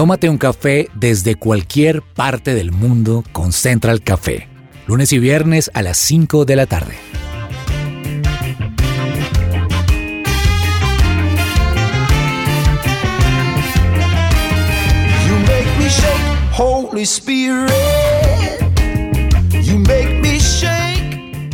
Tómate un café desde cualquier parte del mundo con Central Café. Lunes y viernes a las 5 de la tarde. You make me shake, Holy Spirit. You make me shake.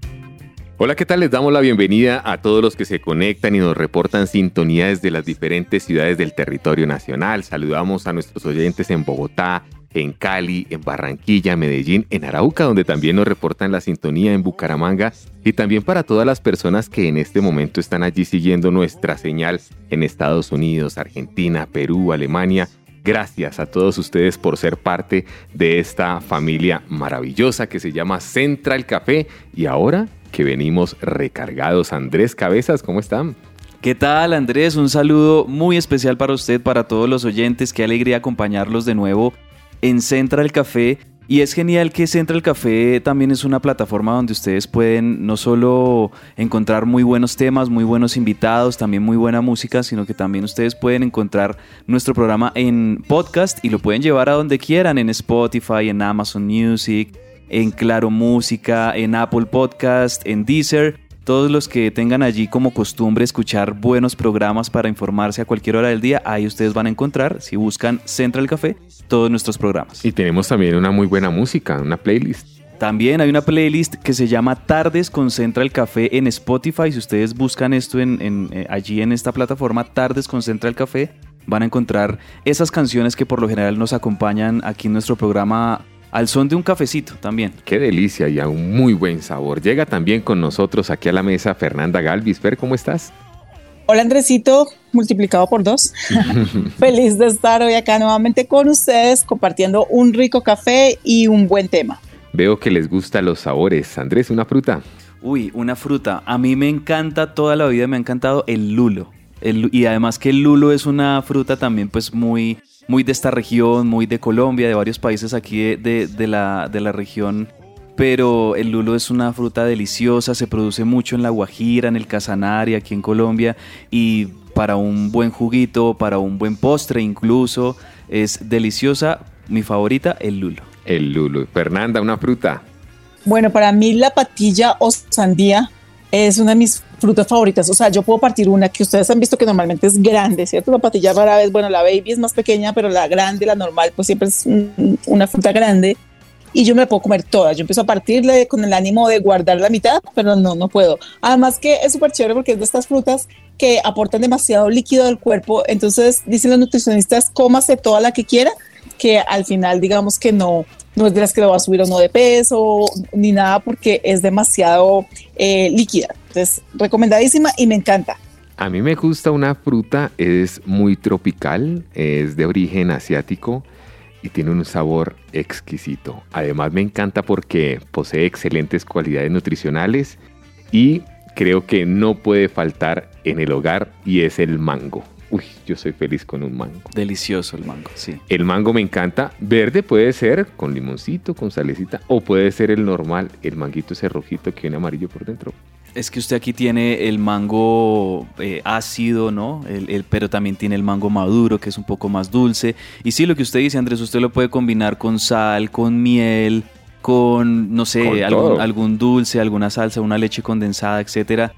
Hola, ¿qué tal? Les damos la bienvenida a todos los que se conectan y nos reportan sintonía desde las diferentes ciudades del territorio nacional. Saludamos a nuestros oyentes en Bogotá, en Cali, en Barranquilla, Medellín, en Arauca, donde también nos reportan la sintonía, en Bucaramanga, y también para todas las personas que en este momento están allí siguiendo nuestra señal en Estados Unidos, Argentina, Perú, Alemania. Gracias a todos ustedes por ser parte de esta familia maravillosa que se llama Central Café. Y ahora que venimos recargados, Andrés Cabezas, ¿cómo están? ¿Qué tal, Andrés? Un saludo muy especial para usted, para todos los oyentes. Qué alegría acompañarlos de nuevo en Central Café. Y es genial que Central Café también es una plataforma donde ustedes pueden no solo encontrar muy buenos temas, muy buenos invitados, también muy buena música, sino que también ustedes pueden encontrar nuestro programa en podcast y lo pueden llevar a donde quieran, en Spotify, en Amazon Music, en Claro Música, en Apple Podcast, en Deezer. Todos los que tengan allí como costumbre escuchar buenos programas para informarse a cualquier hora del día, ahí ustedes van a encontrar, si buscan Central Café, todos nuestros programas. Y tenemos también una muy buena música, una playlist. También hay una playlist que se llama Tardes con Central Café en Spotify. Si ustedes buscan esto allí en esta plataforma, Tardes con Central Café, van a encontrar esas canciones que por lo general nos acompañan aquí en nuestro programa al son de un cafecito también. Qué delicia y a un muy buen sabor. Llega también con nosotros aquí a la mesa Fernanda Galvis. Fer, ¿cómo estás? Hola, Andresito, multiplicado por 2. Feliz de estar hoy acá nuevamente con ustedes, compartiendo un rico café y un buen tema. Veo que les gustan los sabores. Andrés, ¿una fruta? Uy, una fruta. A mí me encanta, toda la vida me ha encantado el lulo. Y además que el lulo es una fruta también pues muy de esta región, muy de Colombia, de varios países aquí de la región. Pero el lulo es una fruta deliciosa, se produce mucho en La Guajira, en el Casanare, aquí en Colombia. Y para un buen juguito, para un buen postre incluso, es deliciosa. Mi favorita, el lulo. El lulo. Fernanda, ¿una fruta? Bueno, para mí la patilla o sandía es una de mis frutas favoritas. O sea, yo puedo partir una que ustedes han visto que normalmente es grande, ¿cierto? La patilla rara vez, bueno, la baby es más pequeña, pero la grande, la normal, pues siempre es una fruta grande. Y yo me la puedo comer toda. Yo empiezo a partirle con el ánimo de guardar la mitad, pero no puedo. Además que es súper chévere porque es de estas frutas que aportan demasiado líquido al cuerpo. Entonces, dicen los nutricionistas, cómase toda la que quiera, que al final digamos que no es de las que le va a subir o no de peso ni nada, porque es demasiado líquida. Entonces, recomendadísima y me encanta. A mí me gusta una fruta, es muy tropical, es de origen asiático y tiene un sabor exquisito. Además me encanta porque posee excelentes cualidades nutricionales y creo que no puede faltar en el hogar, y es el mango. Uy, yo soy feliz con un mango. Delicioso el mango, sí. El mango me encanta. Verde puede ser con limoncito, con salecita, o puede ser el normal, el manguito ese rojito que viene amarillo por dentro. Es que usted aquí tiene el mango ácido, ¿no? Pero también tiene el mango maduro, que es un poco más dulce. Y sí, lo que usted dice, Andrés, usted lo puede combinar con sal, con miel, con, no sé, algún dulce, alguna salsa, una leche condensada, etcétera.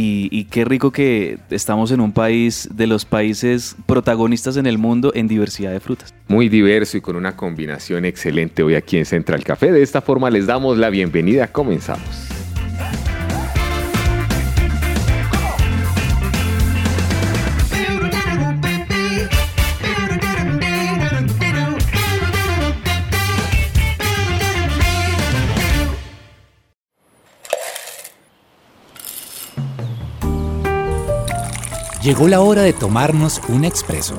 Y qué rico que estamos en un país de los países protagonistas en el mundo en diversidad de frutas. Muy diverso y con una combinación excelente hoy aquí en Central Café. De esta forma les damos la bienvenida. Comenzamos. Llegó la hora de tomarnos un expreso.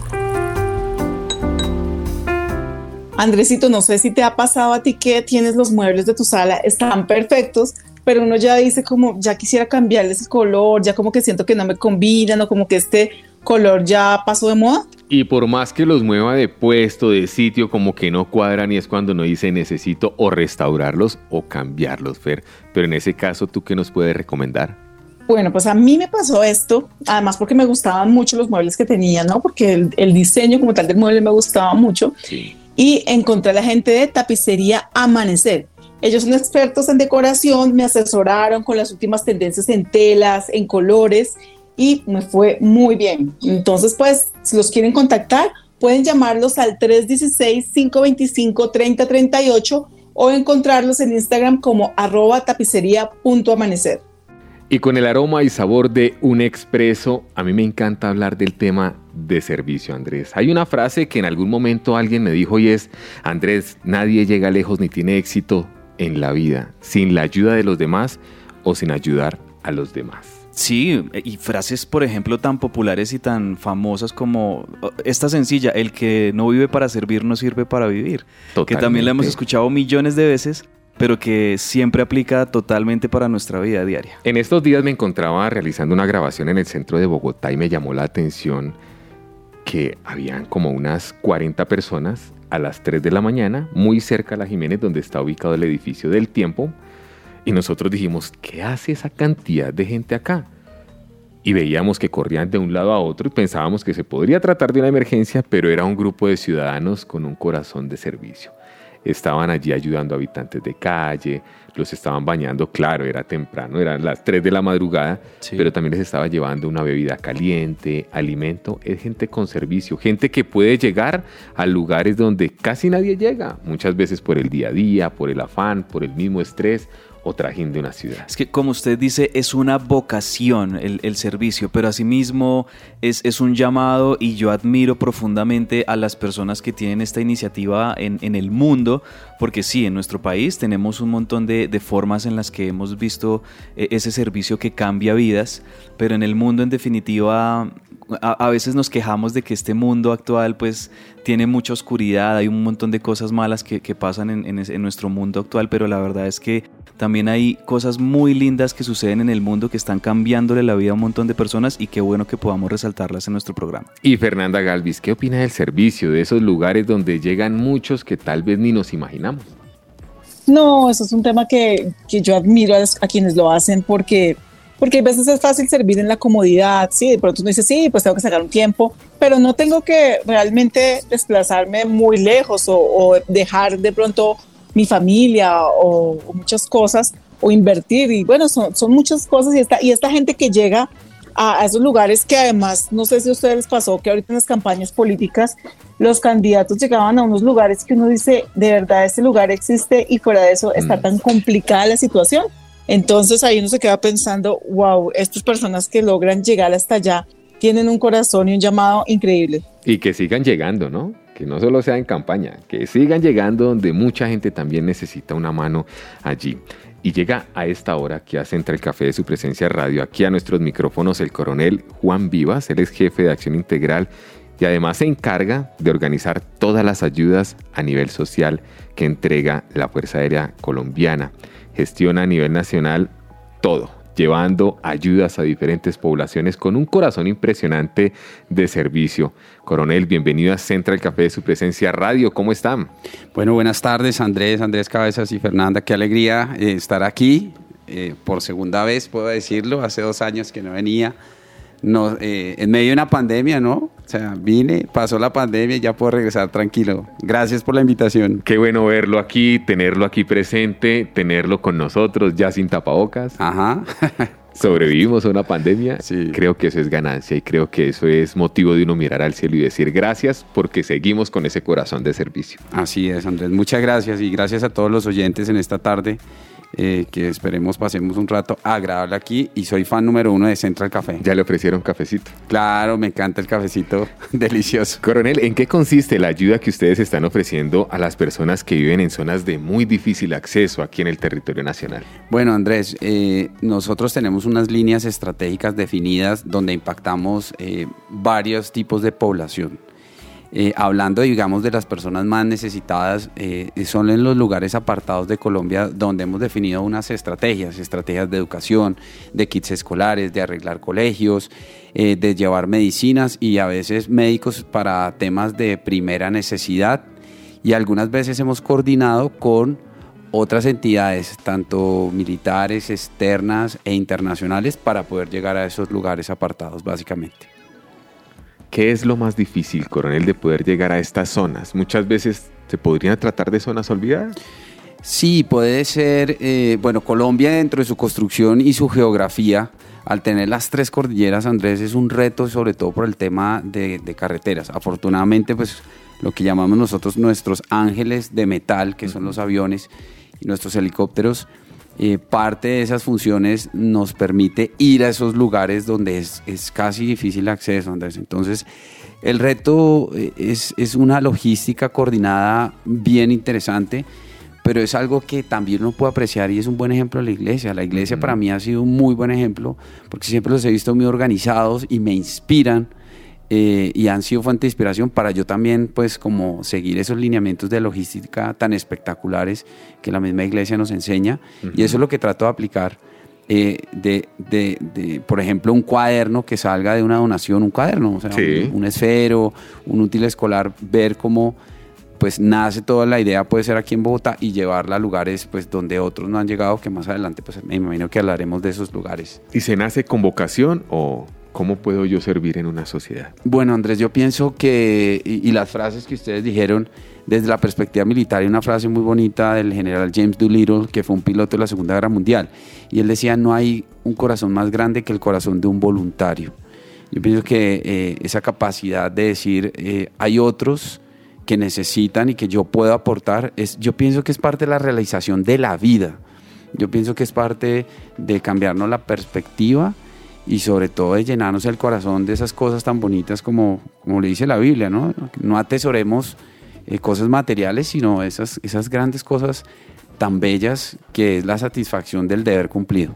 Andresito, no sé si te ha pasado a ti que tienes los muebles de tu sala, están perfectos, pero uno ya dice como, ya quisiera cambiarles el color, ya como que siento que no me combinan o como que este color ya pasó de moda. Y por más que los mueva de puesto, de sitio, como que no cuadran, y es cuando uno dice necesito o restaurarlos o cambiarlos, Fer. Pero en ese caso, ¿tú qué nos puedes recomendar? Bueno, pues a mí me pasó esto, además porque me gustaban mucho los muebles que tenía, ¿no? Porque el diseño como tal del mueble me gustaba mucho. Sí. Y encontré a la gente de Tapicería Amanecer. Ellos son expertos en decoración, me asesoraron con las últimas tendencias en telas, en colores y me fue muy bien. Entonces, pues, si los quieren contactar, pueden llamarlos al 316-525-3038 o encontrarlos en Instagram como @tapicería.amanecer. Y con el aroma y sabor de un expreso, a mí me encanta hablar del tema de servicio, Andrés. Hay una frase que en algún momento alguien me dijo y es: Andrés, nadie llega lejos ni tiene éxito en la vida sin la ayuda de los demás o sin ayudar a los demás. Sí, y frases, por ejemplo, tan populares y tan famosas como esta sencilla: el que no vive para servir no sirve para vivir. Totalmente. Que también la hemos escuchado millones de veces, pero que siempre aplica totalmente para nuestra vida diaria. En estos días me encontraba realizando una grabación en el centro de Bogotá y me llamó la atención que habían como unas 40 personas a las 3 de la mañana, muy cerca a la Jiménez, donde está ubicado el edificio del Tiempo, y nosotros dijimos, ¿qué hace esa cantidad de gente acá? Y veíamos que corrían de un lado a otro y pensábamos que se podría tratar de una emergencia, pero era un grupo de ciudadanos con un corazón de servicio. Estaban allí ayudando a habitantes de calle, los estaban bañando, claro, era temprano, eran las 3 de la madrugada, sí, pero también les estaba llevando una bebida caliente, alimento. Es gente con servicio, gente que puede llegar a lugares donde casi nadie llega, muchas veces por el día a día, por el afán, por el mismo estrés o trajín de una ciudad. Es que, como usted dice, es una vocación el servicio, pero asimismo es un llamado, y yo admiro profundamente a las personas que tienen esta iniciativa en el mundo, porque sí, en nuestro país tenemos un montón de formas en las que hemos visto ese servicio que cambia vidas, pero en el mundo, en definitiva, a veces nos quejamos de que este mundo actual pues tiene mucha oscuridad, hay un montón de cosas malas que pasan en nuestro mundo actual, pero la verdad es que también hay cosas muy lindas que suceden en el mundo que están cambiándole la vida a un montón de personas, y qué bueno que podamos resaltarlas en nuestro programa. Y Fernanda Galvis, ¿qué opina del servicio, de esos lugares donde llegan muchos que tal vez ni nos imaginamos? No, eso es un tema que yo admiro a quienes lo hacen, porque a veces es fácil servir en la comodidad, sí, de pronto uno dice, sí, pues tengo que sacar un tiempo, pero no tengo que realmente desplazarme muy lejos o dejar de pronto mi familia o muchas cosas, o invertir, y bueno, son muchas cosas, y esta gente que llega a esos lugares que además, no sé si a ustedes les pasó que ahorita en las campañas políticas los candidatos llegaban a unos lugares que uno dice, de verdad este lugar existe, y fuera de eso está tan complicada la situación. Entonces ahí uno se queda pensando, wow, estas personas que logran llegar hasta allá tienen un corazón y un llamado increíble. Y que sigan llegando, ¿no? Que no solo sea en campaña, que sigan llegando donde mucha gente también necesita una mano allí. Y llega a esta hora aquí a Central Café de Su Presencia Radio, aquí a nuestros micrófonos, el coronel Juan Vivas. Él es jefe de Acción Integral y además se encarga de organizar todas las ayudas a nivel social que entrega la Fuerza Aérea Colombiana. Gestiona a nivel nacional todo, llevando ayudas a diferentes poblaciones con un corazón impresionante de servicio. Coronel, bienvenido a Central Café de Su Presencia Radio. ¿Cómo están? Bueno, buenas tardes, Andrés Cabezas y Fernanda. Qué alegría estar aquí por segunda vez, puedo decirlo. Hace 2 años que no venía. No, en medio de una pandemia, ¿no? O sea, vine, pasó la pandemia y ya puedo regresar tranquilo. Gracias por la invitación. Qué bueno verlo aquí, tenerlo aquí presente, tenerlo con nosotros, ya sin tapabocas. Ajá. Sobrevivimos a una pandemia. Sí. Creo que eso es ganancia y creo que eso es motivo de uno mirar al cielo y decir gracias, porque seguimos con ese corazón de servicio. Así es, Andrés. Muchas gracias, y gracias a todos los oyentes en esta tarde. Que esperemos pasemos un rato agradable aquí, y soy fan número 1 de Central Café. ¿Ya le ofrecieron cafecito? Claro, me encanta el cafecito, delicioso. Coronel, ¿en qué consiste la ayuda que ustedes están ofreciendo a las personas que viven en zonas de muy difícil acceso aquí en el territorio nacional? Bueno, Andrés, nosotros tenemos unas líneas estratégicas definidas donde impactamos varios tipos de población. Hablando, digamos, de las personas más necesitadas, son en los lugares apartados de Colombia donde hemos definido unas estrategias de educación, de kits escolares, de arreglar colegios, de llevar medicinas y a veces médicos para temas de primera necesidad, y algunas veces hemos coordinado con otras entidades, tanto militares, externas e internacionales, para poder llegar a esos lugares apartados, básicamente. ¿Qué es lo más difícil, coronel, de poder llegar a estas zonas? Muchas veces se podrían tratar de zonas olvidadas. Sí, puede ser. Bueno, Colombia, dentro de su construcción y su geografía, al tener las 3 cordilleras, Andrés, es un reto, sobre todo por el tema de carreteras. Afortunadamente, pues lo que llamamos nosotros nuestros ángeles de metal, que son los aviones y nuestros helicópteros, parte de esas funciones nos permite ir a esos lugares donde es casi difícil acceso, Andrés. Entonces, el reto es una logística coordinada bien interesante, pero es algo que también uno puede apreciar y es un buen ejemplo de la iglesia. La iglesia para mí ha sido un muy buen ejemplo porque siempre los he visto muy organizados y me inspiran y han sido fuente de inspiración para yo también, pues, como seguir esos lineamientos de logística tan espectaculares que la misma iglesia nos enseña. Y eso es lo que trato de aplicar. Por ejemplo, un cuaderno que salga de una donación, un cuaderno, o sea, sí, un esfero, un útil escolar, ver cómo pues nace toda la idea, puede ser aquí en Bogotá, y llevarla a lugares pues donde otros no han llegado, que más adelante pues me imagino que hablaremos de esos lugares. ¿Y se nace con vocación o cómo puedo yo servir en una sociedad? Bueno, Andrés, yo pienso que, y las frases que ustedes dijeron desde la perspectiva militar, hay una frase muy bonita del general James Doolittle, que fue un piloto de la Segunda Guerra Mundial, y él decía: no hay un corazón más grande que el corazón de un voluntario. Yo pienso que esa capacidad de decir hay otros que necesitan y que yo puedo aportar, yo pienso que es parte de la realización de la vida. Yo pienso que es parte de cambiarnos la perspectiva y sobre todo de llenarnos el corazón de esas cosas tan bonitas como le dice la Biblia, ¿no? No atesoremos cosas materiales, sino esas grandes cosas tan bellas que es la satisfacción del deber cumplido.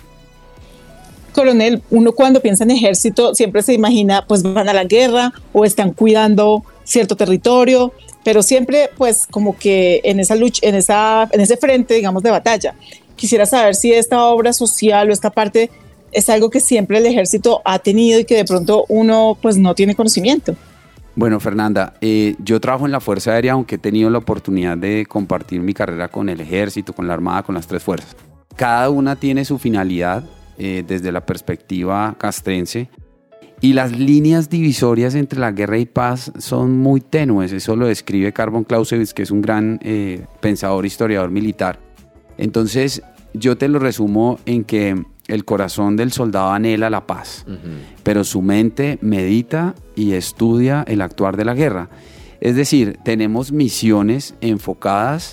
Coronel, uno cuando piensa en ejército siempre se imagina pues van a la guerra o están cuidando cierto territorio, pero siempre pues como que en esa lucha, en ese frente, digamos, de batalla. Quisiera saber si esta obra social o esta parte es algo que siempre el ejército ha tenido y que de pronto uno pues no tiene conocimiento. Bueno, Fernanda, yo trabajo en la Fuerza Aérea, aunque he tenido la oportunidad de compartir mi carrera con el ejército, con la Armada, con las 3 fuerzas. Cada una tiene su finalidad desde la perspectiva castrense. Y las líneas divisorias entre la guerra y paz son muy tenues. Eso lo describe Karl von Clausewitz, que es un gran pensador, historiador militar. Entonces, yo te lo resumo en que el corazón del soldado anhela la paz, pero su mente medita y estudia el actuar de la guerra. Es decir, tenemos misiones enfocadas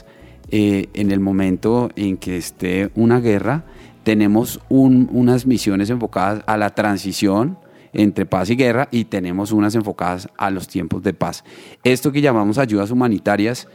en el momento en que esté una guerra. Tenemos unas misiones enfocadas a la transición entre paz y guerra, y tenemos unas enfocadas a los tiempos de paz. Esto que llamamos ayudas humanitarias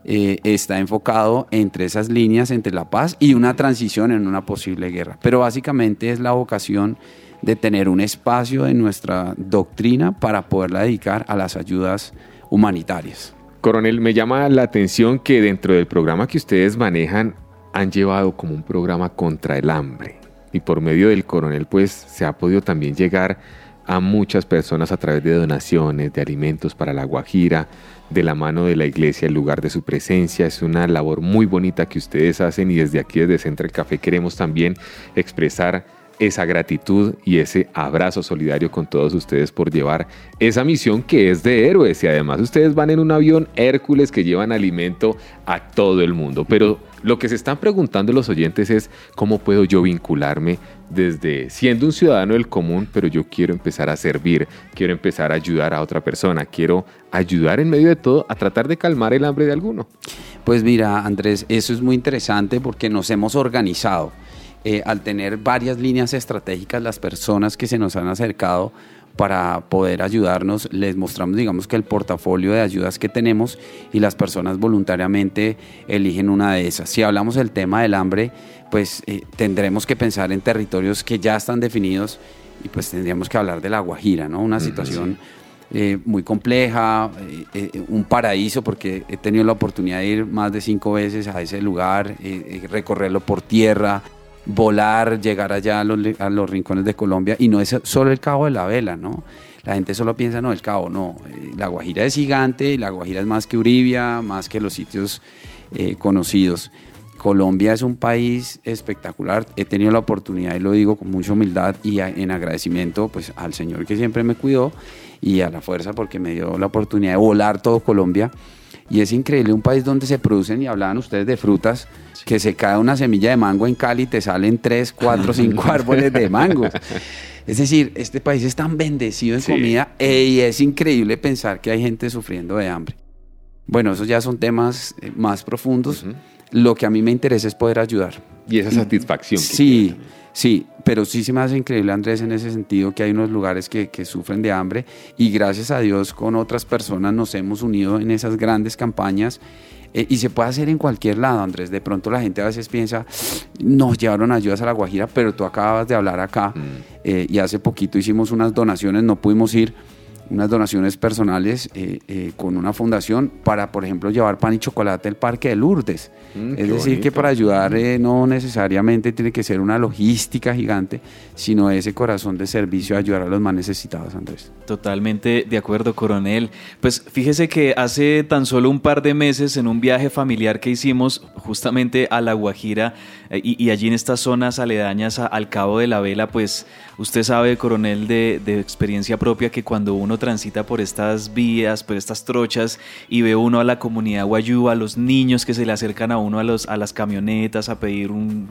está enfocado entre esas líneas, entre la paz y una transición en una posible guerra. Pero básicamente es la vocación de tener un espacio en nuestra doctrina para poderla dedicar a las ayudas humanitarias. Coronel, me llama la atención que dentro del programa que ustedes manejan han llevado como un programa contra el hambre, y por medio del coronel pues se ha podido también llegar a muchas personas a través de donaciones de alimentos para La Guajira, de la mano de la iglesia, el lugar de su presencia. Es una labor muy bonita que ustedes hacen, y desde aquí, desde Central Café, queremos también expresar esa gratitud y ese abrazo solidario con todos ustedes por llevar esa misión que es de héroes. Y además ustedes van en un avión Hércules que llevan alimento a todo el mundo. Pero lo que se están preguntando los oyentes es: ¿cómo puedo yo vincularme desde siendo un ciudadano del común, pero yo quiero empezar a servir, quiero empezar a ayudar a otra persona, quiero ayudar en medio de todo a tratar de calmar el hambre de alguno? Pues mira, Andrés, eso es muy interesante porque nos hemos organizado. Al tener varias líneas estratégicas, las personas que se nos han acercado para poder ayudarnos, les mostramos, digamos, que el portafolio de ayudas que tenemos, y las personas voluntariamente eligen una de esas. Si hablamos del tema del hambre, pues tendremos que pensar en territorios que ya están definidos, y pues tendríamos que hablar de La Guajira, ¿no? Una situación muy compleja, un paraíso, porque he tenido la oportunidad de ir más de 5 veces a ese lugar, recorrerlo por tierra, volar, llegar allá a los rincones de Colombia, y no es solo el Cabo de la Vela, ¿no? La gente solo piensa, no, el Cabo, no. La Guajira es gigante, y La Guajira es más que Uribia, más que los sitios conocidos. Colombia es un país espectacular. He tenido la oportunidad, y lo digo con mucha humildad y en agradecimiento pues, al Señor que siempre me cuidó y a la fuerza porque me dio la oportunidad de volar todo Colombia. Y es increíble, un país donde se producen, y hablaban ustedes de frutas, que se cae una semilla de mango en Cali y te salen 3, 4, 5 árboles de mangos. Es decir, este país es tan bendecido en comida y es increíble pensar que hay gente sufriendo de hambre. Bueno, esos ya son temas más profundos. Lo que a mí me interesa es poder ayudar. Y esa satisfacción. Sí, pero sí se me hace increíble, Andrés, en ese sentido que hay unos lugares que sufren de hambre y gracias a Dios con otras personas nos hemos unido en esas grandes campañas y se puede hacer en cualquier lado, Andrés. De pronto la gente a veces piensa, nos llevaron ayudas a La Guajira, pero tú acabas de hablar acá y hace poquito hicimos unas donaciones, no pudimos ir, unas donaciones personales con una fundación para, por ejemplo, llevar pan y chocolate al Parque de Lourdes. Es decir, bonito. Que para ayudar no necesariamente tiene que ser una logística gigante, sino ese corazón de servicio a ayudar a los más necesitados, Andrés. Totalmente de acuerdo, coronel. Pues fíjese que hace tan solo un par de meses en un viaje familiar que hicimos justamente a La Guajira y allí en estas zonas aledañas al Cabo de la Vela, pues usted sabe, coronel, de experiencia propia que cuando uno transita por estas vías, por estas trochas y ve uno a la comunidad guayú, a los niños que se le acercan a uno a las camionetas a pedir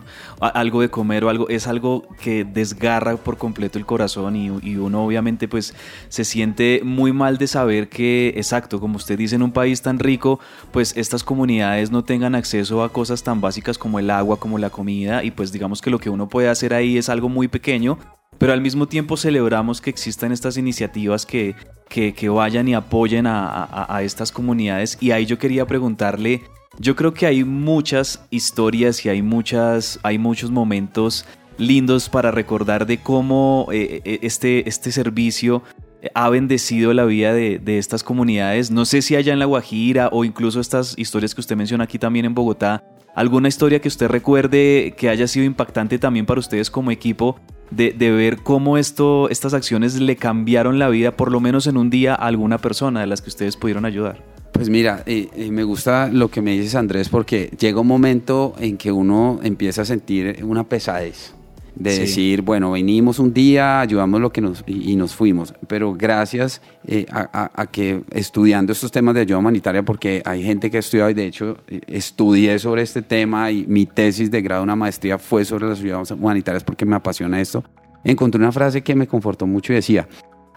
algo de comer o algo, es algo que desgarra por completo el corazón y uno obviamente pues se siente muy mal de saber que, exacto, como usted dice, en un país tan rico, pues estas comunidades no tengan acceso a cosas tan básicas como el agua, como la comida y pues digamos que lo que uno puede hacer ahí es algo muy pequeño. Pero al mismo tiempo celebramos que existan estas iniciativas que vayan y apoyen a estas comunidades. Y ahí yo quería preguntarle, yo creo que hay muchas historias y hay muchos momentos lindos para recordar de cómo este servicio ha bendecido la vida de estas comunidades. No sé si allá en La Guajira o incluso estas historias que usted menciona aquí también en Bogotá, alguna historia que usted recuerde que haya sido impactante también para ustedes como equipo, de ver cómo estas acciones le cambiaron la vida, por lo menos en un día, a alguna persona de las que ustedes pudieron ayudar. Pues mira, me gusta lo que me dices, Andrés, porque llega un momento en que uno empieza a sentir una pesadez de decir, bueno, venimos un día, ayudamos y nos fuimos, pero gracias a que estudiando estos temas de ayuda humanitaria, porque hay gente que ha estudiado y de hecho estudié sobre este tema y mi tesis de grado, una maestría fue sobre las ayudas humanitarias porque me apasiona esto, encontré una frase que me confortó mucho y decía,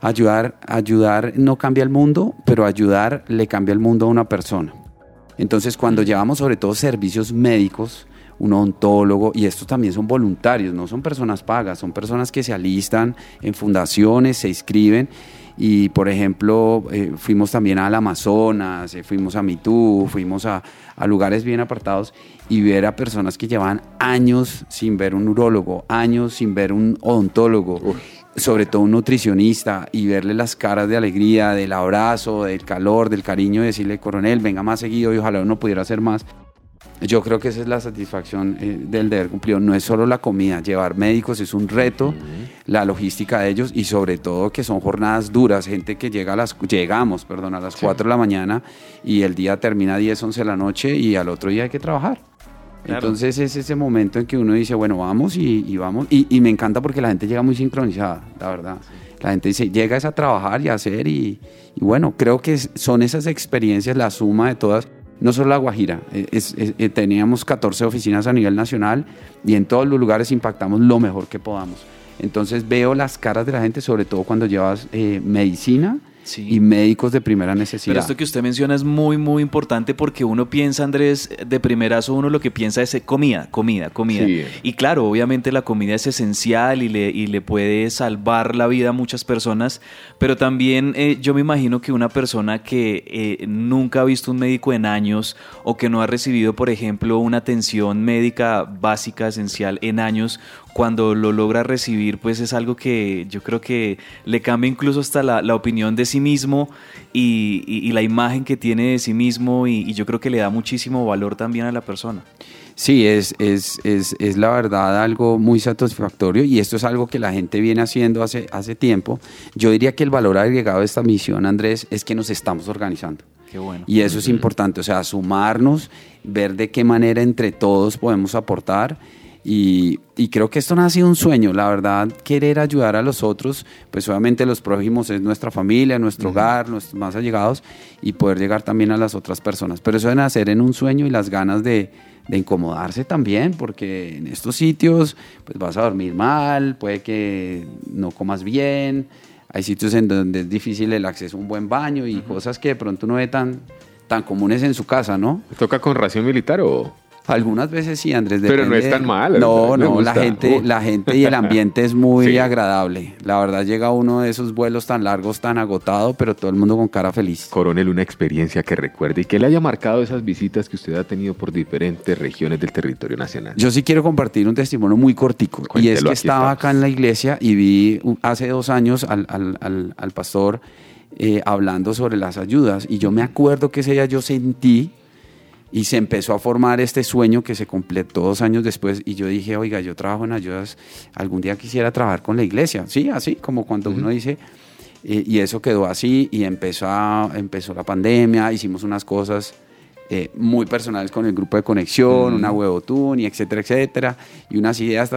ayudar no cambia el mundo, pero ayudar le cambia el mundo a una persona. Entonces cuando llevamos sobre todo servicios médicos, un odontólogo, y estos también son voluntarios, no son personas pagas, son personas que se alistan en fundaciones, se inscriben y por ejemplo fuimos también al Amazonas, fuimos a Mitú, fuimos a lugares bien apartados y ver a personas que llevan años sin ver un urólogo, años sin ver un odontólogo, sobre todo un nutricionista, y verle las caras de alegría, del abrazo, del calor, del cariño, y decirle, coronel, venga más seguido y ojalá uno pudiera hacer más. Yo creo que esa es la satisfacción del deber cumplido. No es solo la comida, llevar médicos es un reto, la logística de ellos y sobre todo que son jornadas duras, gente que llegamos a las 4 de la mañana y el día termina a 10, 11 de la noche y al otro día hay que trabajar. Claro. Entonces es ese momento en que uno dice, bueno, vamos y vamos. Y me encanta porque la gente llega muy sincronizada, la verdad. La gente dice, llegas a trabajar y a hacer y bueno, creo que son esas experiencias, la suma de todas. No solo La Guajira, teníamos 14 oficinas a nivel nacional y en todos los lugares impactamos lo mejor que podamos. Entonces veo las caras de la gente, sobre todo cuando llevas medicina y médicos de primera necesidad. Pero esto que usted menciona es muy, muy importante porque uno piensa, Andrés, de primerazo uno lo que piensa es comida. Sí. Y claro, obviamente la comida es esencial y le puede salvar la vida a muchas personas, pero también yo me imagino que una persona que nunca ha visto un médico en años o que no ha recibido, por ejemplo, una atención médica básica, esencial en años, cuando lo logra recibir, pues es algo que yo creo que le cambia incluso hasta la opinión de sí mismo y la imagen que tiene de sí mismo y yo creo que le da muchísimo valor también a la persona. Sí, es la verdad algo muy satisfactorio y esto es algo que la gente viene haciendo hace tiempo. Yo diría que el valor agregado de esta misión, Andrés, es que nos estamos organizando. Qué bueno. Y eso es importante, o sea, sumarnos, ver de qué manera entre todos podemos aportar. Y creo que esto no ha sido un sueño, la verdad, querer ayudar a los otros, pues obviamente los prójimos es nuestra familia, nuestro hogar, nuestros más allegados, y poder llegar también a las otras personas. Pero eso de nacer en un sueño y las ganas de incomodarse también, porque en estos sitios pues vas a dormir mal, puede que no comas bien, hay sitios en donde es difícil el acceso a un buen baño y cosas que de pronto uno ve tan comunes en su casa, ¿no? ¿Toca con ración militar o...? Algunas veces sí, Andrés. Pero no es tan mal. No, me no, gusta. la gente y el ambiente es muy Sí. agradable. La verdad llega uno de esos vuelos tan largos, tan agotado, pero todo el mundo con cara feliz. Coronel, una experiencia que recuerde y que le haya marcado esas visitas que usted ha tenido por diferentes regiones del territorio nacional. Yo sí quiero compartir un testimonio muy cortico. Cuéntelo, Y es que aquí estaba estamos. acá en la iglesia y vi hace 2 años al pastor hablando sobre las ayudas. Y yo me acuerdo que ese día yo sentí y se empezó a formar este sueño que se completó 2 años después. Y yo dije, oiga, yo trabajo en ayudas, algún día quisiera trabajar con la iglesia. Sí, así como cuando uno dice... y eso quedó así y empezó la pandemia, hicimos unas cosas muy personales con el grupo de conexión, una webotune, y etcétera, etcétera, y unas ideas,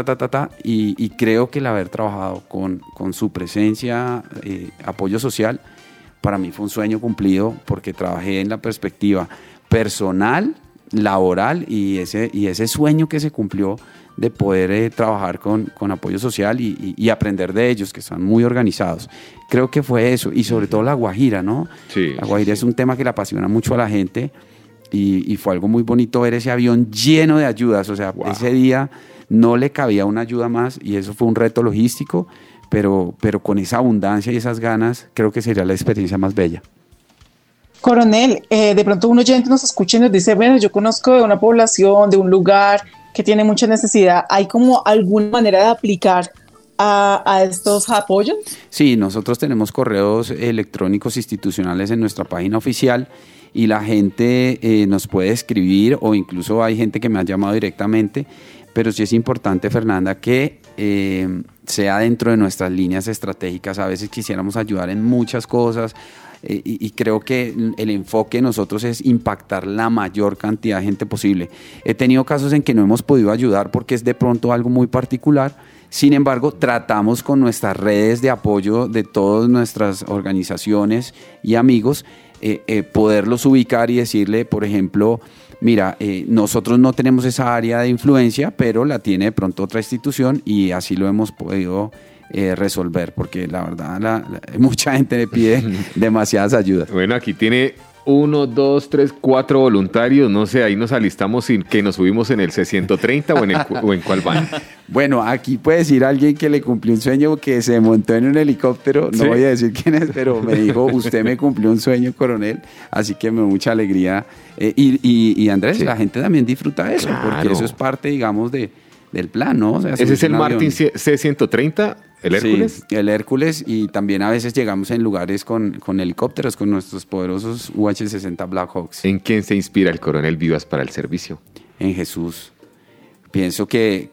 y creo que el haber trabajado con su presencia, apoyo social, para mí fue un sueño cumplido, porque trabajé en la perspectiva personal, laboral, y ese sueño que se cumplió de poder trabajar con apoyo social y aprender de ellos, que están muy organizados. Creo que fue eso, y sobre todo la Guajira, ¿no? Sí, La Guajira es un tema que le apasiona mucho a la gente, y fue algo muy bonito ver ese avión lleno de ayudas. O sea, ese día no le cabía una ayuda más, y eso fue un reto logístico, pero con esa abundancia y esas ganas, creo que sería la experiencia más bella. Coronel, de pronto un oyente nos escucha y nos dice, bueno, yo conozco de una población, de un lugar que tiene mucha necesidad. ¿Hay como alguna manera de aplicar a estos apoyos? Sí, nosotros tenemos correos electrónicos institucionales en nuestra página oficial, y la gente nos puede escribir, o incluso hay gente que me ha llamado directamente, pero sí es importante, Fernanda, que sea dentro de nuestras líneas estratégicas. A veces quisiéramos ayudar en muchas cosas, y creo que el enfoque de nosotros es impactar la mayor cantidad de gente posible. He tenido casos en que no hemos podido ayudar porque es de pronto algo muy particular. Sin embargo, tratamos con nuestras redes de apoyo de todas nuestras organizaciones y amigos, poderlos ubicar y decirle, por ejemplo, mira, nosotros no tenemos esa área de influencia, pero la tiene de pronto otra institución, y así lo hemos podido resolver, porque la verdad mucha gente le pide demasiadas ayudas. Bueno, aquí tiene 1, 2, 3, 4 voluntarios, no sé, ahí nos alistamos sin que nos subimos en el C-130 o en cuál van. Bueno, aquí puede decir alguien que le cumplió un sueño, que se montó en un helicóptero, no ¿Sí? voy a decir quién es, pero me dijo, usted me cumplió un sueño, coronel, así que me da mucha alegría. Y Andrés, Sí. la gente también disfruta eso, Claro. porque eso es parte, digamos, del plan, ¿no? O sea, ¿Ese es el un avión. Martin C-130, el Hércules? Sí, el Hércules, y también a veces llegamos en lugares con helicópteros, con nuestros poderosos UH-60 Blackhawks. ¿En quién se inspira el coronel Vivas para el servicio? En Jesús. Pienso que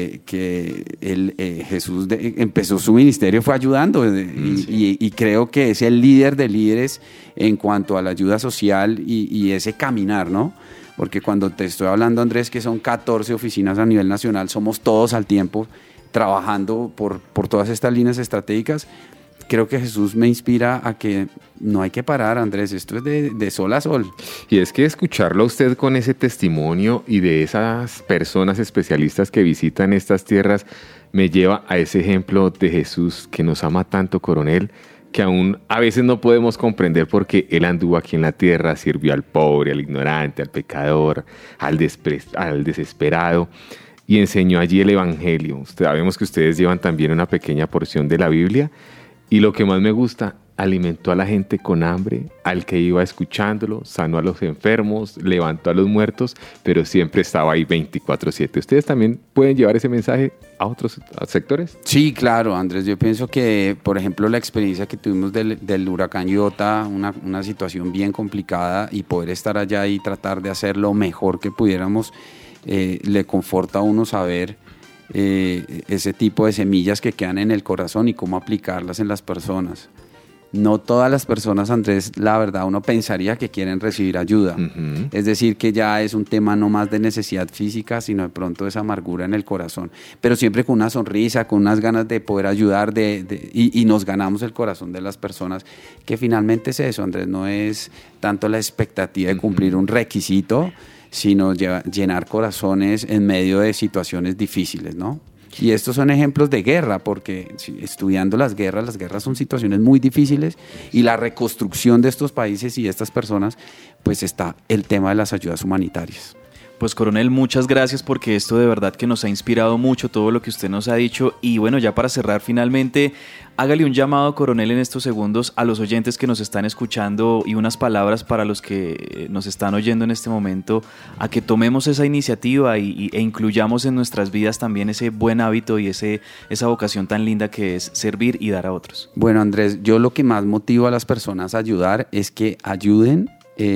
Jesús empezó su ministerio, fue ayudando, y creo que es el líder de líderes en cuanto a la ayuda social y ese caminar, ¿no? Porque cuando te estoy hablando, Andrés, que son 14 oficinas a nivel nacional, somos todos al tiempo trabajando por todas estas líneas estratégicas. Creo que Jesús me inspira a que no hay que parar, Andrés, esto es de sol a sol. Y es que escucharlo a usted con ese testimonio y de esas personas especialistas que visitan estas tierras me lleva a ese ejemplo de Jesús que nos ama tanto, coronel, que aún a veces no podemos comprender porque Él anduvo aquí en la tierra, sirvió al pobre, al ignorante, al pecador, al desesperado, y enseñó allí el Evangelio. Sabemos que ustedes llevan también una pequeña porción de la Biblia, y lo que más me gusta, alimentó a la gente con hambre, al que iba escuchándolo, sanó a los enfermos, levantó a los muertos, pero siempre estaba ahí 24/7. ¿Ustedes también pueden llevar ese mensaje a otros sectores? Sí, claro, Andrés. Yo pienso que, por ejemplo, la experiencia que tuvimos del huracán Iota, una situación bien complicada, y poder estar allá y tratar de hacer lo mejor que pudiéramos, le conforta a uno saber ese tipo de semillas que quedan en el corazón y cómo aplicarlas en las personas. no todas las personas, Andrés, la verdad, uno pensaría que quieren recibir ayuda. Ujú. Es decir, que ya es un tema no más de necesidad física, sino de pronto esa amargura en el corazón. Pero siempre con una sonrisa, con unas ganas de poder ayudar y nos ganamos el corazón de las personas, que finalmente es eso, Andrés, no es tanto la expectativa de cumplir un requisito, sino llenar corazones en medio de situaciones difíciles, ¿no? Y estos son ejemplos de guerra, porque estudiando las guerras son situaciones muy difíciles y la reconstrucción de estos países y de estas personas, pues está el tema de las ayudas humanitarias. Pues coronel, muchas gracias porque esto de verdad que nos ha inspirado mucho todo lo que usted nos ha dicho. Y bueno, ya para cerrar finalmente, hágale un llamado, coronel, en estos segundos a los oyentes que nos están escuchando y unas palabras para los que nos están oyendo en este momento a que tomemos esa iniciativa e incluyamos en nuestras vidas también ese buen hábito y esa vocación tan linda que es servir y dar a otros. Bueno, Andrés, yo lo que más motivo a las personas a ayudar es que ayuden,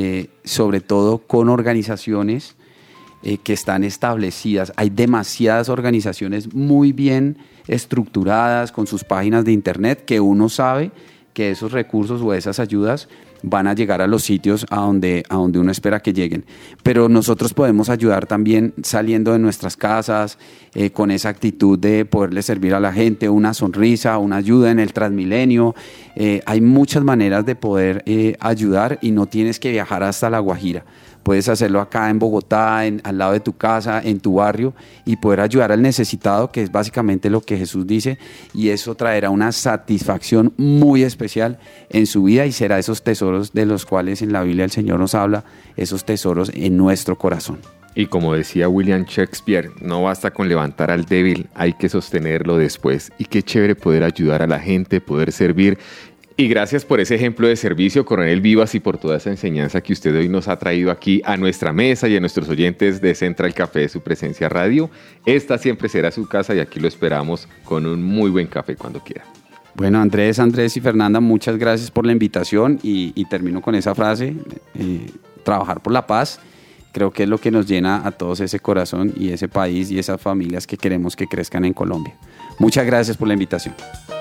sobre todo con organizaciones que están establecidas. Hay demasiadas organizaciones muy bien estructuradas con sus páginas de internet que uno sabe que esos recursos o esas ayudas van a llegar a los sitios a donde uno espera que lleguen. Pero nosotros podemos ayudar también saliendo de nuestras casas, con esa actitud de poderle servir a la gente, una sonrisa, una ayuda en el Transmilenio. Hay muchas maneras de poder ayudar y no tienes que viajar hasta La Guajira. Puedes hacerlo acá en Bogotá, al lado de tu casa, en tu barrio, y poder ayudar al necesitado, que es básicamente lo que Jesús dice, y eso traerá una satisfacción muy especial en su vida y será esos tesoros de los cuales en la Biblia el Señor nos habla, esos tesoros en nuestro corazón. Y como decía William Shakespeare, no basta con levantar al débil, hay que sostenerlo después. Y qué chévere poder ayudar a la gente, poder servir. Y gracias por ese ejemplo de servicio, coronel Vivas, y por toda esa enseñanza que usted hoy nos ha traído aquí a nuestra mesa y a nuestros oyentes de Central Café de su presencia radio. Esta siempre será su casa y aquí lo esperamos con un muy buen café cuando quiera. Bueno, Andrés y Fernanda, muchas gracias por la invitación y termino con esa frase, trabajar por la paz. Creo que es lo que nos llena a todos ese corazón y ese país y esas familias que queremos que crezcan en Colombia. Muchas gracias por la invitación.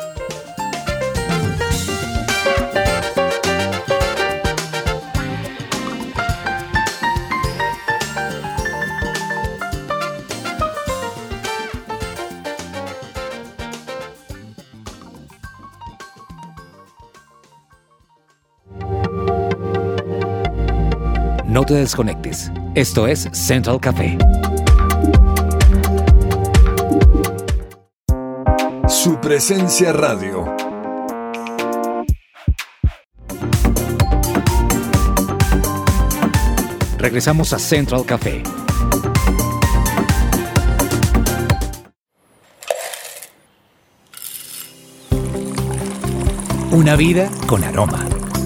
No te desconectes. Esto es Central Café. Su presencia radio. Regresamos a Central Café. Una vida con aroma.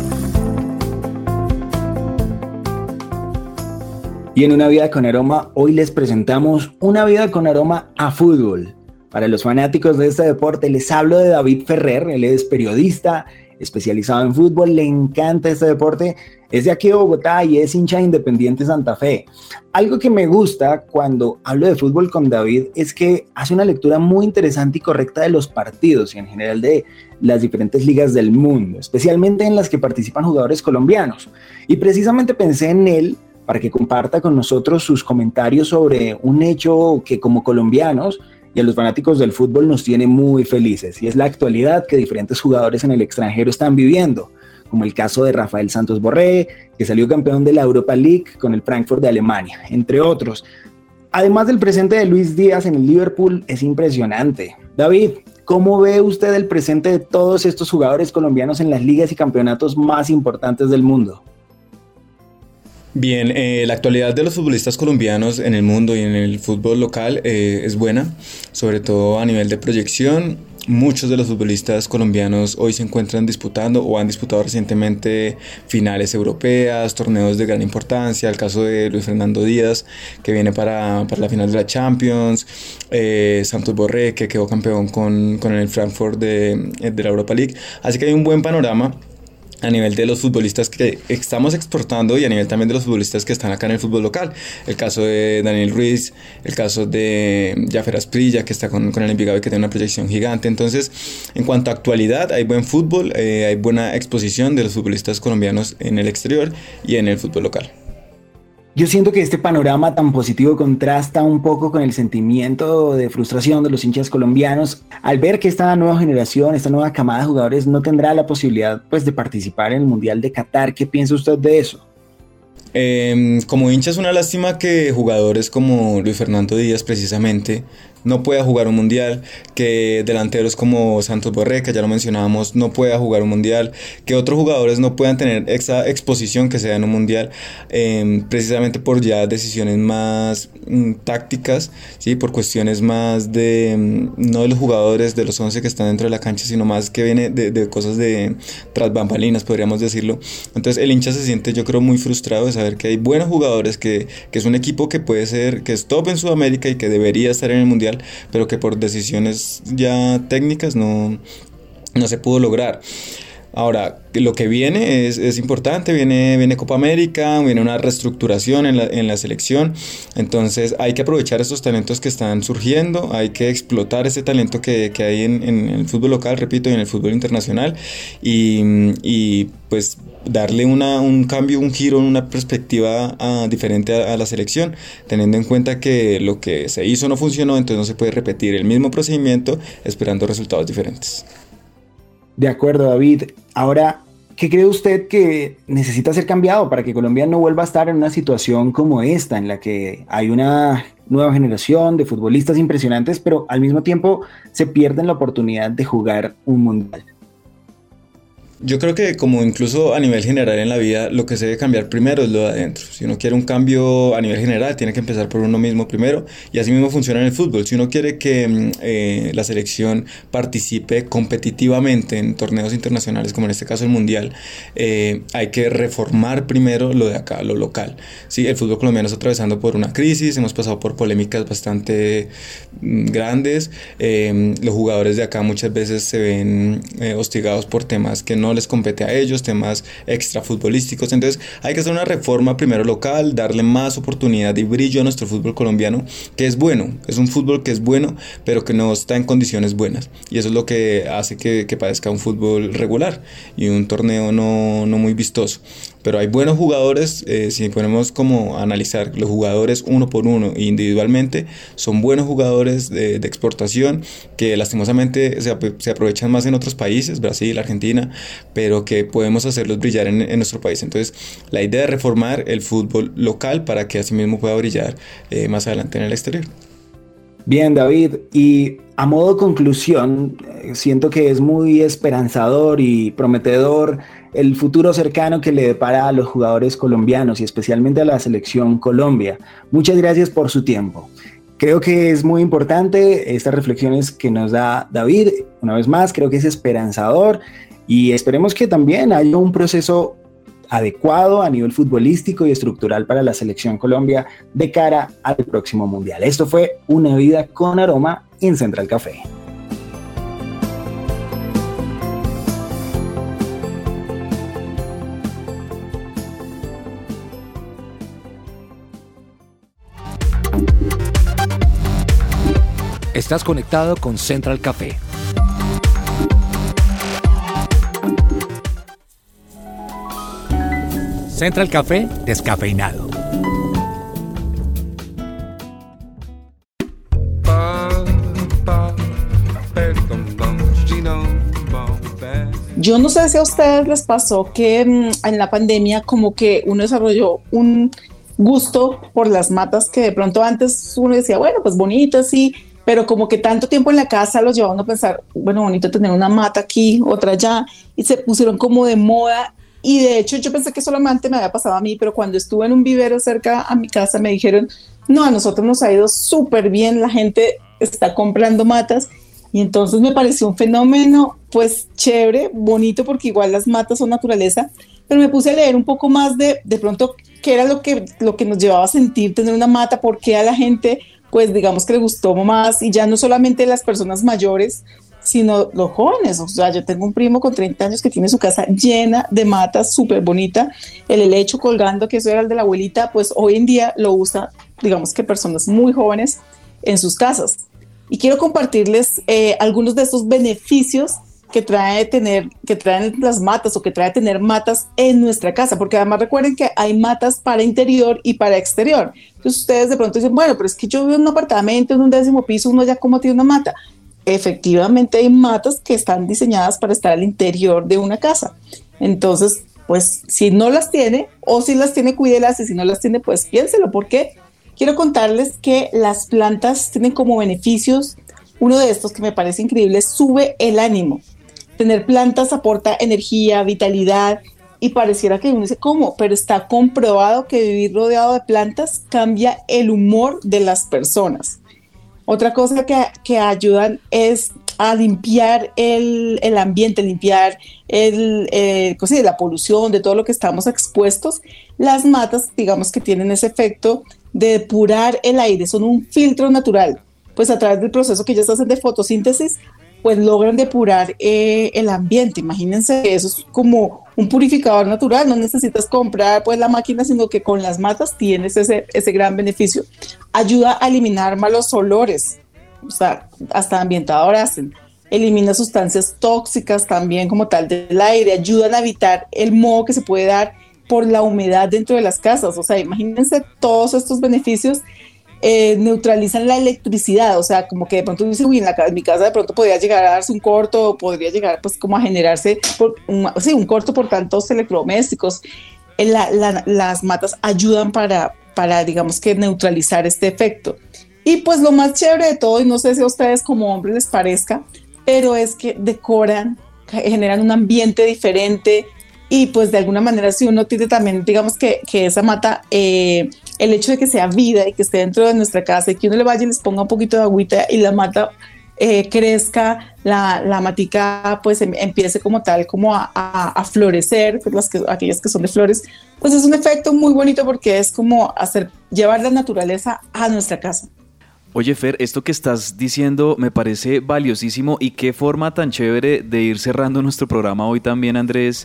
Y en Una Vida con Aroma, hoy les presentamos Una Vida con Aroma a fútbol. Para los fanáticos de este deporte, les hablo de David Ferrer. Él es periodista, especializado en fútbol, le encanta este deporte. Es de aquí de Bogotá y es hincha de Independiente Santa Fe. Algo que me gusta cuando hablo de fútbol con David es que hace una lectura muy interesante y correcta de los partidos y en general de las diferentes ligas del mundo, especialmente en las que participan jugadores colombianos. Y precisamente pensé en él para que comparta con nosotros sus comentarios sobre un hecho que como colombianos y a los fanáticos del fútbol nos tiene muy felices, y es la actualidad que diferentes jugadores en el extranjero están viviendo, como el caso de Rafael Santos Borré, que salió campeón de la Europa League con el Frankfurt de Alemania, entre otros. Además del presente de Luis Díaz en el Liverpool, es impresionante. David, ¿cómo ve usted el presente de todos estos jugadores colombianos en las ligas y campeonatos más importantes del mundo? Bien, la actualidad de los futbolistas colombianos en el mundo y en el fútbol local es buena, sobre todo a nivel de proyección. Muchos de los futbolistas colombianos hoy se encuentran disputando o han disputado recientemente finales europeas, torneos de gran importancia. El caso de Luis Fernando Díaz, que viene para la final de la Champions, Santos Borré, que quedó campeón con el Frankfurt de la Europa League. Así que hay un buen panorama a nivel de los futbolistas que estamos exportando y a nivel también de los futbolistas que están acá en el fútbol local. El caso de Daniel Ruiz, el caso de Jaffer Asprilla, que está con el Envigado y que tiene una proyección gigante. Entonces, en cuanto a actualidad, hay buen fútbol, hay buena exposición de los futbolistas colombianos en el exterior y en el fútbol local. Yo siento que este panorama tan positivo contrasta un poco con el sentimiento de frustración de los hinchas colombianos al ver que esta nueva generación, esta nueva camada de jugadores no tendrá la posibilidad pues, de participar en el Mundial de Qatar. ¿Qué piensa usted de eso? Como hincha es una lástima que jugadores como Luis Fernando Díaz precisamente no pueda jugar un mundial, que delanteros como Santos Borré, que ya lo mencionábamos, no pueda jugar un mundial, que otros jugadores no puedan tener esa exposición que se da en un mundial, precisamente por ya decisiones más tácticas, ¿sí? Por cuestiones más de, no de los jugadores, de los 11 que están dentro de la cancha, sino más que viene de cosas de tras bambalinas, podríamos decirlo. Entonces el hincha se siente, yo creo, muy frustrado de saber que hay buenos jugadores, que es un equipo que puede ser, que es top en Sudamérica y que debería estar en el mundial, pero que por decisiones ya técnicas no se pudo lograr. Ahora, lo que viene es importante, viene Copa América, viene una reestructuración en la selección, entonces hay que aprovechar esos talentos que están surgiendo, hay que explotar ese talento que hay en el fútbol local, repito, y en el fútbol internacional, y pues darle un cambio, un giro, una perspectiva diferente a la selección, teniendo en cuenta que lo que se hizo no funcionó, entonces no se puede repetir el mismo procedimiento esperando resultados diferentes. De acuerdo, David. Ahora, ¿qué cree usted que necesita ser cambiado para que Colombia no vuelva a estar en una situación como esta, en la que hay una nueva generación de futbolistas impresionantes, pero al mismo tiempo se pierden la oportunidad de jugar un mundial? Yo creo que como incluso a nivel general en la vida, lo que se debe cambiar primero es lo de adentro. Si uno quiere un cambio a nivel general, tiene que empezar por uno mismo primero, y así mismo funciona en el fútbol. Si uno quiere que la selección participe competitivamente en torneos internacionales, como en este caso el Mundial, hay que reformar primero lo de acá, lo local. Sí, el fútbol colombiano está atravesando por una crisis, hemos pasado por polémicas bastante grandes, los jugadores de acá muchas veces se ven hostigados por temas que no les compete a ellos, temas extrafutbolísticos. Entonces hay que hacer una reforma primero local, darle más oportunidad y brillo a nuestro fútbol colombiano, que es bueno, es un fútbol que es bueno, pero que no está en condiciones buenas, y eso es lo que hace que padezca un fútbol regular y un torneo no muy vistoso. Pero hay buenos jugadores, si ponemos como a analizar los jugadores uno por uno individualmente, son buenos jugadores de exportación que lastimosamente se aprovechan más en otros países, Brasil, Argentina, pero que podemos hacerlos brillar en nuestro país. Entonces la idea es reformar el fútbol local para que así mismo pueda brillar más adelante en el exterior. Bien, David, y a modo de conclusión, siento que es muy esperanzador y prometedor el futuro cercano que le depara a los jugadores colombianos y especialmente a la selección Colombia. Muchas gracias por su tiempo. Creo que es muy importante estas reflexiones que nos da David. Una vez más, creo que es esperanzador y esperemos que también haya un proceso adecuado a nivel futbolístico y estructural para la selección Colombia de cara al próximo Mundial. Esto fue Una Vida con Aroma en Central Café. Estás conectado con Central Café. Central Café descafeinado. Yo no sé si a ustedes les pasó que en la pandemia como que uno desarrolló un gusto por las matas que de pronto antes uno decía, bueno, pues bonitas, sí, pero como que tanto tiempo en la casa los llevaba uno a pensar, bueno, bonito tener una mata aquí, otra allá, y se pusieron como de moda. Y de hecho yo pensé que solamente me había pasado a mí, pero cuando estuve en un vivero cerca a mi casa me dijeron, no, a nosotros nos ha ido súper bien, la gente está comprando matas. Y entonces me pareció un fenómeno pues chévere, bonito, porque igual las matas son naturaleza, pero me puse a leer un poco más de pronto qué era lo que nos llevaba a sentir tener una mata, por qué a la gente pues digamos que le gustó más, y ya no solamente las personas mayores, sino los jóvenes. O sea, yo tengo un primo con 30 años que tiene su casa llena de matas, súper bonita, el helecho colgando, que eso era el de la abuelita, pues hoy en día lo usa, digamos que personas muy jóvenes en sus casas. Y quiero compartirles algunos de estos beneficios que traen las matas, o que trae tener matas en nuestra casa, porque además recuerden que hay matas para interior y para exterior. Entonces ustedes de pronto dicen, bueno, pero es que yo vivo en un apartamento, en un 10º piso, uno ya cómo tiene una mata. Efectivamente hay matas que están diseñadas para estar al interior de una casa. Entonces, pues si no las tiene, o si las tiene, cuídelas, y si no las tiene, pues piénselo, porque quiero contarles que las plantas tienen como beneficios, uno de estos que me parece increíble, sube el ánimo. Tener plantas aporta energía, vitalidad, y pareciera que uno dice, ¿cómo? Pero está comprobado que vivir rodeado de plantas cambia el humor de las personas. Otra cosa que ayudan es a limpiar el ambiente, limpiar la polución, de todo lo que estamos expuestos. Las matas, digamos que tienen ese efecto de depurar el aire, son un filtro natural. Pues a través del proceso que ellas hacen de fotosíntesis, pues logran depurar el ambiente. Imagínense que eso es como un purificador natural, no necesitas comprar pues la máquina, sino que con las matas tienes ese gran beneficio. Ayuda a eliminar malos olores, o sea, hasta ambientador hacen. Elimina sustancias tóxicas también como tal del aire, ayudan a evitar el moho que se puede dar por la humedad dentro de las casas. O sea, imagínense todos estos beneficios. Neutralizan la electricidad, o sea, como que de pronto dice, uy, en mi casa de pronto podría llegar a darse un corto, o podría llegar pues como a generarse un corto por tantos electrodomésticos. Las matas ayudan para digamos que neutralizar este efecto. Y pues lo más chévere de todo, y no sé si a ustedes como hombres les parezca, pero es que decoran, generan un ambiente diferente. Y pues de alguna manera, si uno tiene también, digamos que esa mata, el hecho de que sea vida y que esté dentro de nuestra casa, y que uno le vaya y les ponga un poquito de agüita y la mata crezca, la matica pues empiece como tal, como a florecer, pues aquellas que son de flores, pues es un efecto muy bonito, porque es como llevar la naturaleza a nuestra casa. Oye, Fer, esto que estás diciendo me parece valiosísimo, y qué forma tan chévere de ir cerrando nuestro programa hoy también, Andrés,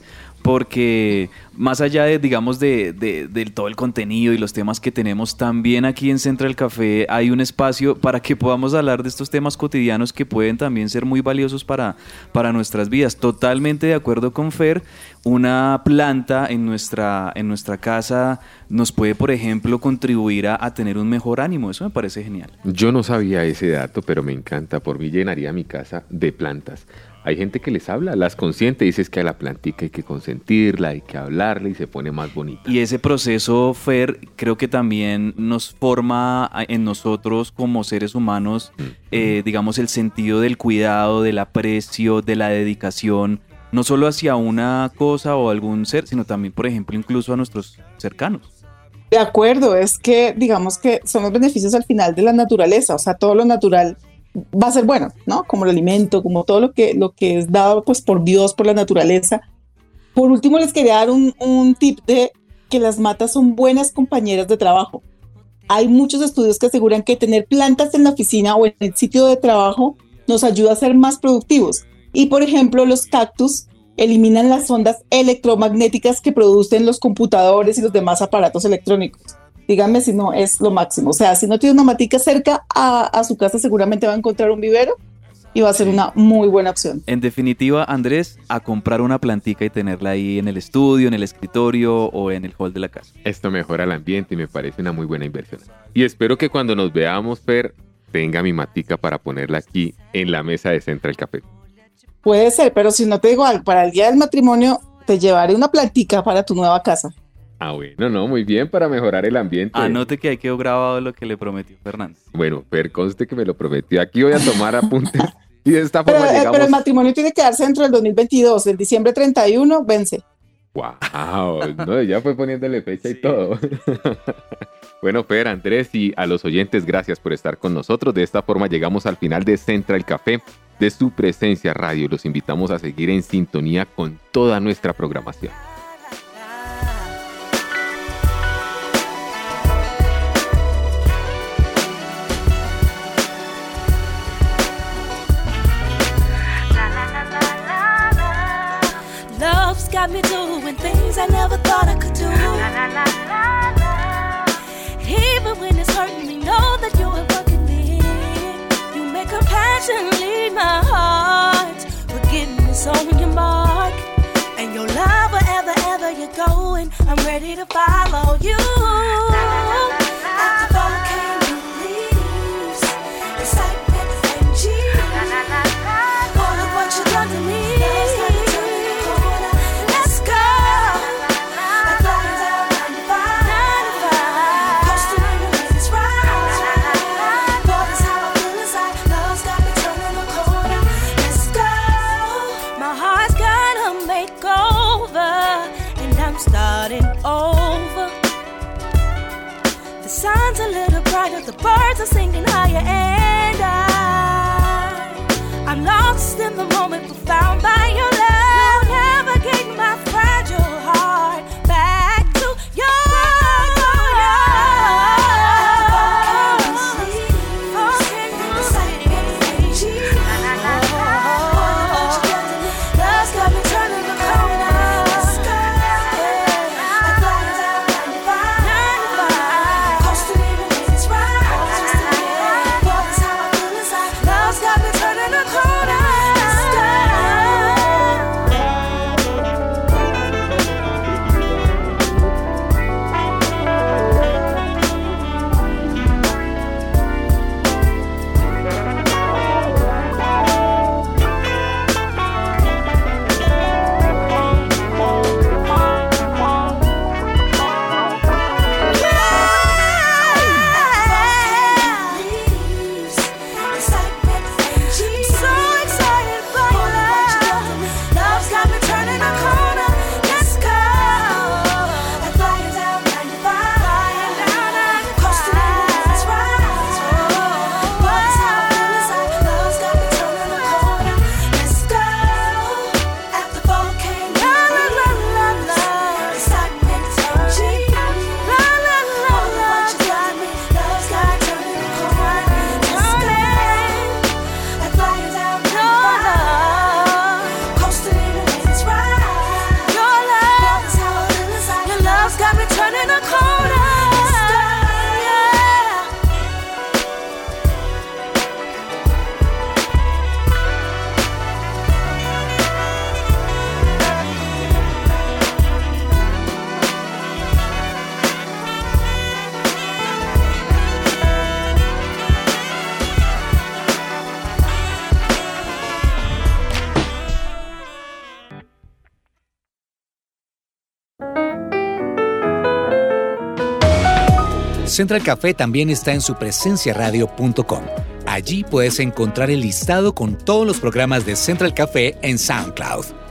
porque más allá de, digamos, de todo el contenido y los temas que tenemos, también aquí en Central Café hay un espacio para que podamos hablar de estos temas cotidianos que pueden también ser muy valiosos para nuestras vidas. Totalmente de acuerdo con Fer, una planta en nuestra casa nos puede, por ejemplo, contribuir a tener un mejor ánimo. Eso me parece genial. Yo no sabía ese dato, pero me encanta. Por mí llenaría mi casa de plantas. Hay gente que les habla, las consiente, dices que a la plantica hay que consentirla, hay que hablarle y se pone más bonita. Y ese proceso, Fer, creo que también nos forma en nosotros como seres humanos, digamos, el sentido del cuidado, del aprecio, de la dedicación, no solo hacia una cosa o algún ser, sino también, por ejemplo, incluso a nuestros cercanos. De acuerdo, es que digamos que son los beneficios al final de la naturaleza, o sea, todo lo natural va a ser bueno, ¿no? Como el alimento, como todo lo que es dado pues por Dios, por la naturaleza. Por último, les quería dar un tip de que las matas son buenas compañeras de trabajo. Hay muchos estudios que aseguran que tener plantas en la oficina o en el sitio de trabajo nos ayuda a ser más productivos. Y por ejemplo, los cactus eliminan las ondas electromagnéticas que producen los computadores y los demás aparatos electrónicos. Díganme si no es lo máximo. O sea, si no tiene una matica cerca a su casa, seguramente va a encontrar un vivero y va a ser una muy buena opción. En definitiva, Andrés, a comprar una plantica y tenerla ahí en el estudio, en el escritorio o en el hall de la casa. Esto mejora el ambiente y me parece una muy buena inversión. Y espero que cuando nos veamos, Fer, tenga mi matica para ponerla aquí en la mesa de Central Café. Puede ser, pero si no te digo algo, para el día del matrimonio te llevaré una plantica para tu nueva casa. Ah, bueno, no, muy bien, para mejorar el ambiente. Anote que ahí quedó grabado lo que le prometió Fernández. Bueno, Fer, conste que me lo prometió. Aquí voy a tomar apuntes y de esta forma llegamos... Pero el matrimonio tiene que darse dentro del 2022, el diciembre 31 vence. ¡Wow! No, ya fue poniéndole fecha y todo. Bueno, Fer, Andrés y a los oyentes, gracias por estar con nosotros. De esta forma llegamos al final de Central Café, de su presencia radio. Los invitamos a seguir en sintonía con toda nuestra programación. me doing things I never thought I could do. Even when it's hurting me, know that you are working me. You make compassion lead my heart. Forgiveness on your mark. And your love wherever, ever you're going, I'm ready to follow you. At the volcano leaves, excitement and cheese. All of what you've done to me. Let's go. Like flying down 95. Coasting in the latest ride. Boy, that's how I feel inside. Love's got me turning the corner. Let's go. My heart's got a makeover, and I'm starting over. The sun's a little brighter, the birds are singing higher, and I'm lost in the moment, but found by your love. Navigate my fragile heart back to your love's got me turning the corner. Let's go. Like flying down 95. Coasting in the latest ride. Boy, that's how I feel inside. Love's got me turning the corner. Let's go. So excited for your love. Love's got me turning a corner. Let's go. Like flying down 95. Coasting in the latest ride. Boy, that's how I feel inside. Love's got me turning a corner. Let's go. At the volcano. Excitement and cheese. All of what you got me. Love's got me turning a corner. Let's go. Like flying down 95. Coasting in the latest ride. Your love is how I feel inside. Your love's got me turning a corner. Let's go. Central Café también está en supresenciaradio.com. Allí puedes encontrar el listado con todos los programas de Central Café en SoundCloud.